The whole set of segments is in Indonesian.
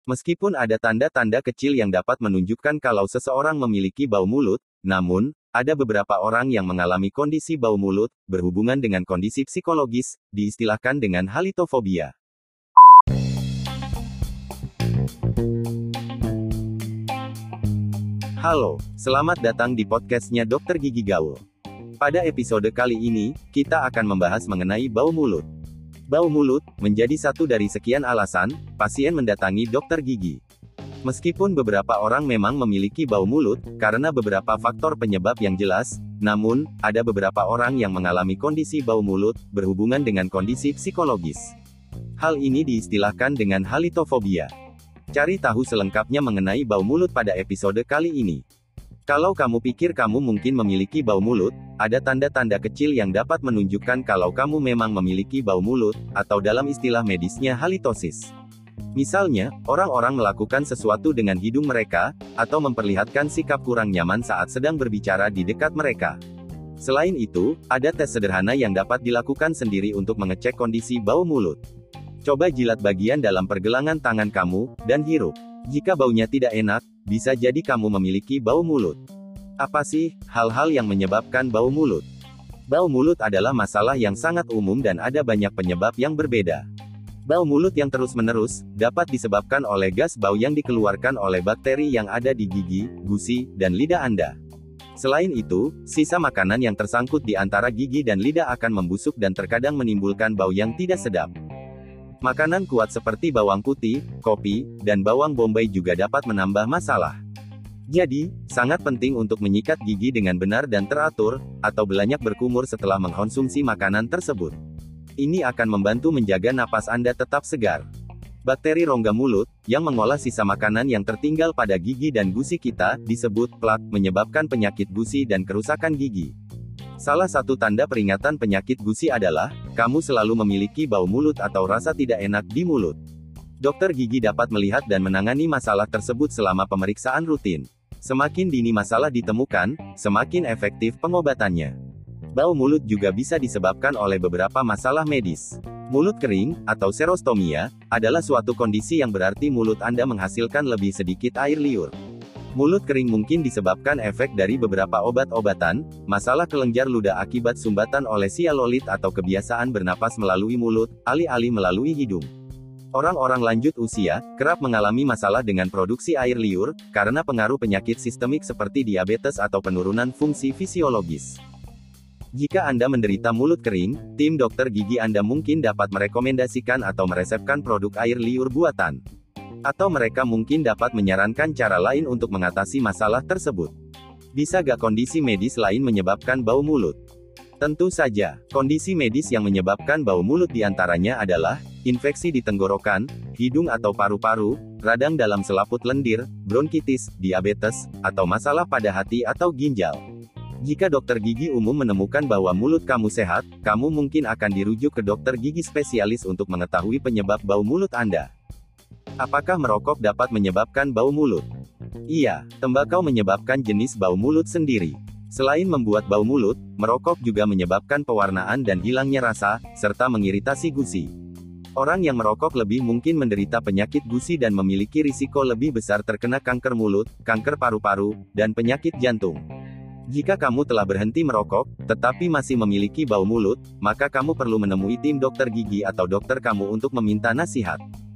Meskipun ada tanda-tanda kecil yang dapat menunjukkan kalau seseorang memiliki bau mulut, namun, ada beberapa orang yang mengalami kondisi bau mulut, berhubungan dengan kondisi psikologis, diistilahkan dengan halitofobia. Halo, selamat datang di podcastnya Dokter Gigi Gaul. Pada episode kali ini, kita akan membahas mengenai bau mulut. Bau mulut menjadi satu dari sekian alasan pasien mendatangi dokter gigi. Meskipun beberapa orang memang memiliki bau mulut karena beberapa faktor penyebab yang jelas, namun ada beberapa orang yang mengalami kondisi bau mulut berhubungan dengan kondisi psikologis. Hal ini diistilahkan dengan halitofobia. Cari tahu selengkapnya mengenai bau mulut pada episode kali ini. Kalau kamu pikir kamu mungkin memiliki bau mulut, ada tanda-tanda kecil yang dapat menunjukkan kalau kamu memang memiliki bau mulut, atau dalam istilah medisnya halitosis. Misalnya, orang-orang melakukan sesuatu dengan hidung mereka, atau memperlihatkan sikap kurang nyaman saat sedang berbicara di dekat mereka. Selain itu, ada tes sederhana yang dapat dilakukan sendiri untuk mengecek kondisi bau mulut. Coba jilat bagian dalam pergelangan tangan kamu, dan hirup. Jika baunya tidak enak, bisa jadi kamu memiliki bau mulut. Apa sih hal-hal yang menyebabkan bau mulut? Bau mulut adalah masalah yang sangat umum dan ada banyak penyebab yang berbeda. Bau mulut yang terus-menerus dapat disebabkan oleh gas bau yang dikeluarkan oleh bakteri yang ada di gigi, gusi, dan lidah Anda. Selain itu, sisa makanan yang tersangkut di antara gigi dan lidah akan membusuk dan terkadang menimbulkan bau yang tidak sedap. Makanan kuat seperti bawang putih, kopi, dan bawang bombay juga dapat menambah masalah. Jadi, sangat penting untuk menyikat gigi dengan benar dan teratur, atau banyak berkumur setelah mengkonsumsi makanan tersebut. Ini akan membantu menjaga napas Anda tetap segar. Bakteri rongga mulut, yang mengolah sisa makanan yang tertinggal pada gigi dan gusi kita, disebut plak, menyebabkan penyakit gusi dan kerusakan gigi. Salah satu tanda peringatan penyakit gusi adalah, kamu selalu memiliki bau mulut atau rasa tidak enak di mulut. Dokter gigi dapat melihat dan menangani masalah tersebut selama pemeriksaan rutin. Semakin dini masalah ditemukan, semakin efektif pengobatannya. Bau mulut juga bisa disebabkan oleh beberapa masalah medis. Mulut kering, atau serostomia, adalah suatu kondisi yang berarti mulut Anda menghasilkan lebih sedikit air liur. Mulut kering mungkin disebabkan efek dari beberapa obat-obatan, masalah kelenjar ludah akibat sumbatan oleh sialolit atau kebiasaan bernapas melalui mulut, alih-alih melalui hidung. Orang-orang lanjut usia, kerap mengalami masalah dengan produksi air liur, karena pengaruh penyakit sistemik seperti diabetes atau penurunan fungsi fisiologis. Jika Anda menderita mulut kering, tim dokter gigi Anda mungkin dapat merekomendasikan atau meresepkan produk air liur buatan. Atau mereka mungkin dapat menyarankan cara lain untuk mengatasi masalah tersebut. Bisa gak kondisi medis lain menyebabkan bau mulut? Tentu saja, kondisi medis yang menyebabkan bau mulut diantaranya adalah, infeksi di tenggorokan, hidung atau paru-paru, radang dalam selaput lendir, bronkitis, diabetes, atau masalah pada hati atau ginjal. Jika dokter gigi umum menemukan bahwa mulut kamu sehat, kamu mungkin akan dirujuk ke dokter gigi spesialis untuk mengetahui penyebab bau mulut Anda. Apakah merokok dapat menyebabkan bau mulut? Iya, tembakau menyebabkan jenis bau mulut sendiri. Selain membuat bau mulut, merokok juga menyebabkan pewarnaan dan hilangnya rasa, serta mengiritasi gusi. Orang yang merokok lebih mungkin menderita penyakit gusi dan memiliki risiko lebih besar terkena kanker mulut, kanker paru-paru, dan penyakit jantung. Jika kamu telah berhenti merokok, tetapi masih memiliki bau mulut, maka kamu perlu menemui tim dokter gigi atau dokter kamu untuk meminta nasihat.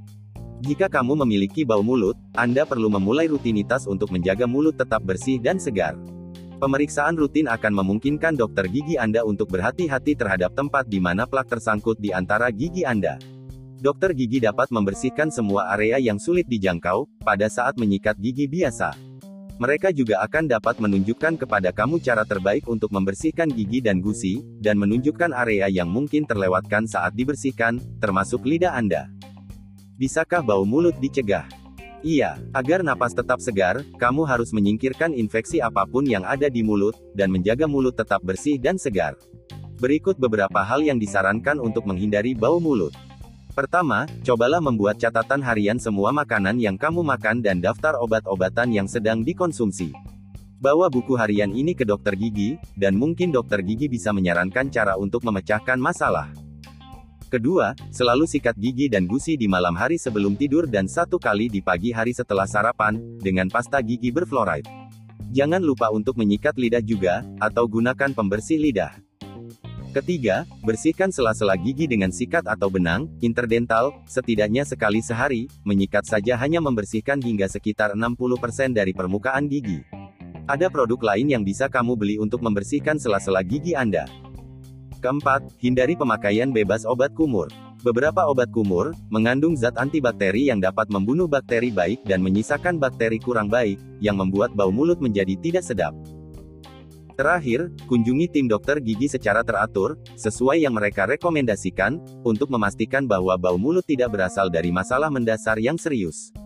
Jika kamu memiliki bau mulut, Anda perlu memulai rutinitas untuk menjaga mulut tetap bersih dan segar. Pemeriksaan rutin akan memungkinkan dokter gigi Anda untuk berhati-hati terhadap tempat di mana plak tersangkut di antara gigi Anda. Dokter gigi dapat membersihkan semua area yang sulit dijangkau, pada saat menyikat gigi biasa. Mereka juga akan dapat menunjukkan kepada kamu cara terbaik untuk membersihkan gigi dan gusi, dan menunjukkan area yang mungkin terlewatkan saat dibersihkan, termasuk lidah Anda. Bisakah bau mulut dicegah? Iya, agar napas tetap segar, kamu harus menyingkirkan infeksi apapun yang ada di mulut, dan menjaga mulut tetap bersih dan segar. Berikut beberapa hal yang disarankan untuk menghindari bau mulut. Pertama, cobalah membuat catatan harian semua makanan yang kamu makan dan daftar obat-obatan yang sedang dikonsumsi. Bawa buku harian ini ke dokter gigi, dan mungkin dokter gigi bisa menyarankan cara untuk memecahkan masalah. Kedua, selalu sikat gigi dan gusi di malam hari sebelum tidur dan 1 kali di pagi hari setelah sarapan, dengan pasta gigi berfluoride. Jangan lupa untuk menyikat lidah juga, atau gunakan pembersih lidah. Ketiga, bersihkan sela-sela gigi dengan sikat atau benang, interdental, setidaknya sekali sehari. Menyikat saja hanya membersihkan hingga sekitar 60% dari permukaan gigi. Ada produk lain yang bisa kamu beli untuk membersihkan sela-sela gigi Anda. Keempat, hindari pemakaian bebas obat kumur. Beberapa obat kumur mengandung zat antibakteri yang dapat membunuh bakteri baik dan menyisakan bakteri kurang baik, yang membuat bau mulut menjadi tidak sedap. Terakhir, kunjungi tim dokter gigi secara teratur, sesuai yang mereka rekomendasikan, untuk memastikan bahwa bau mulut tidak berasal dari masalah mendasar yang serius.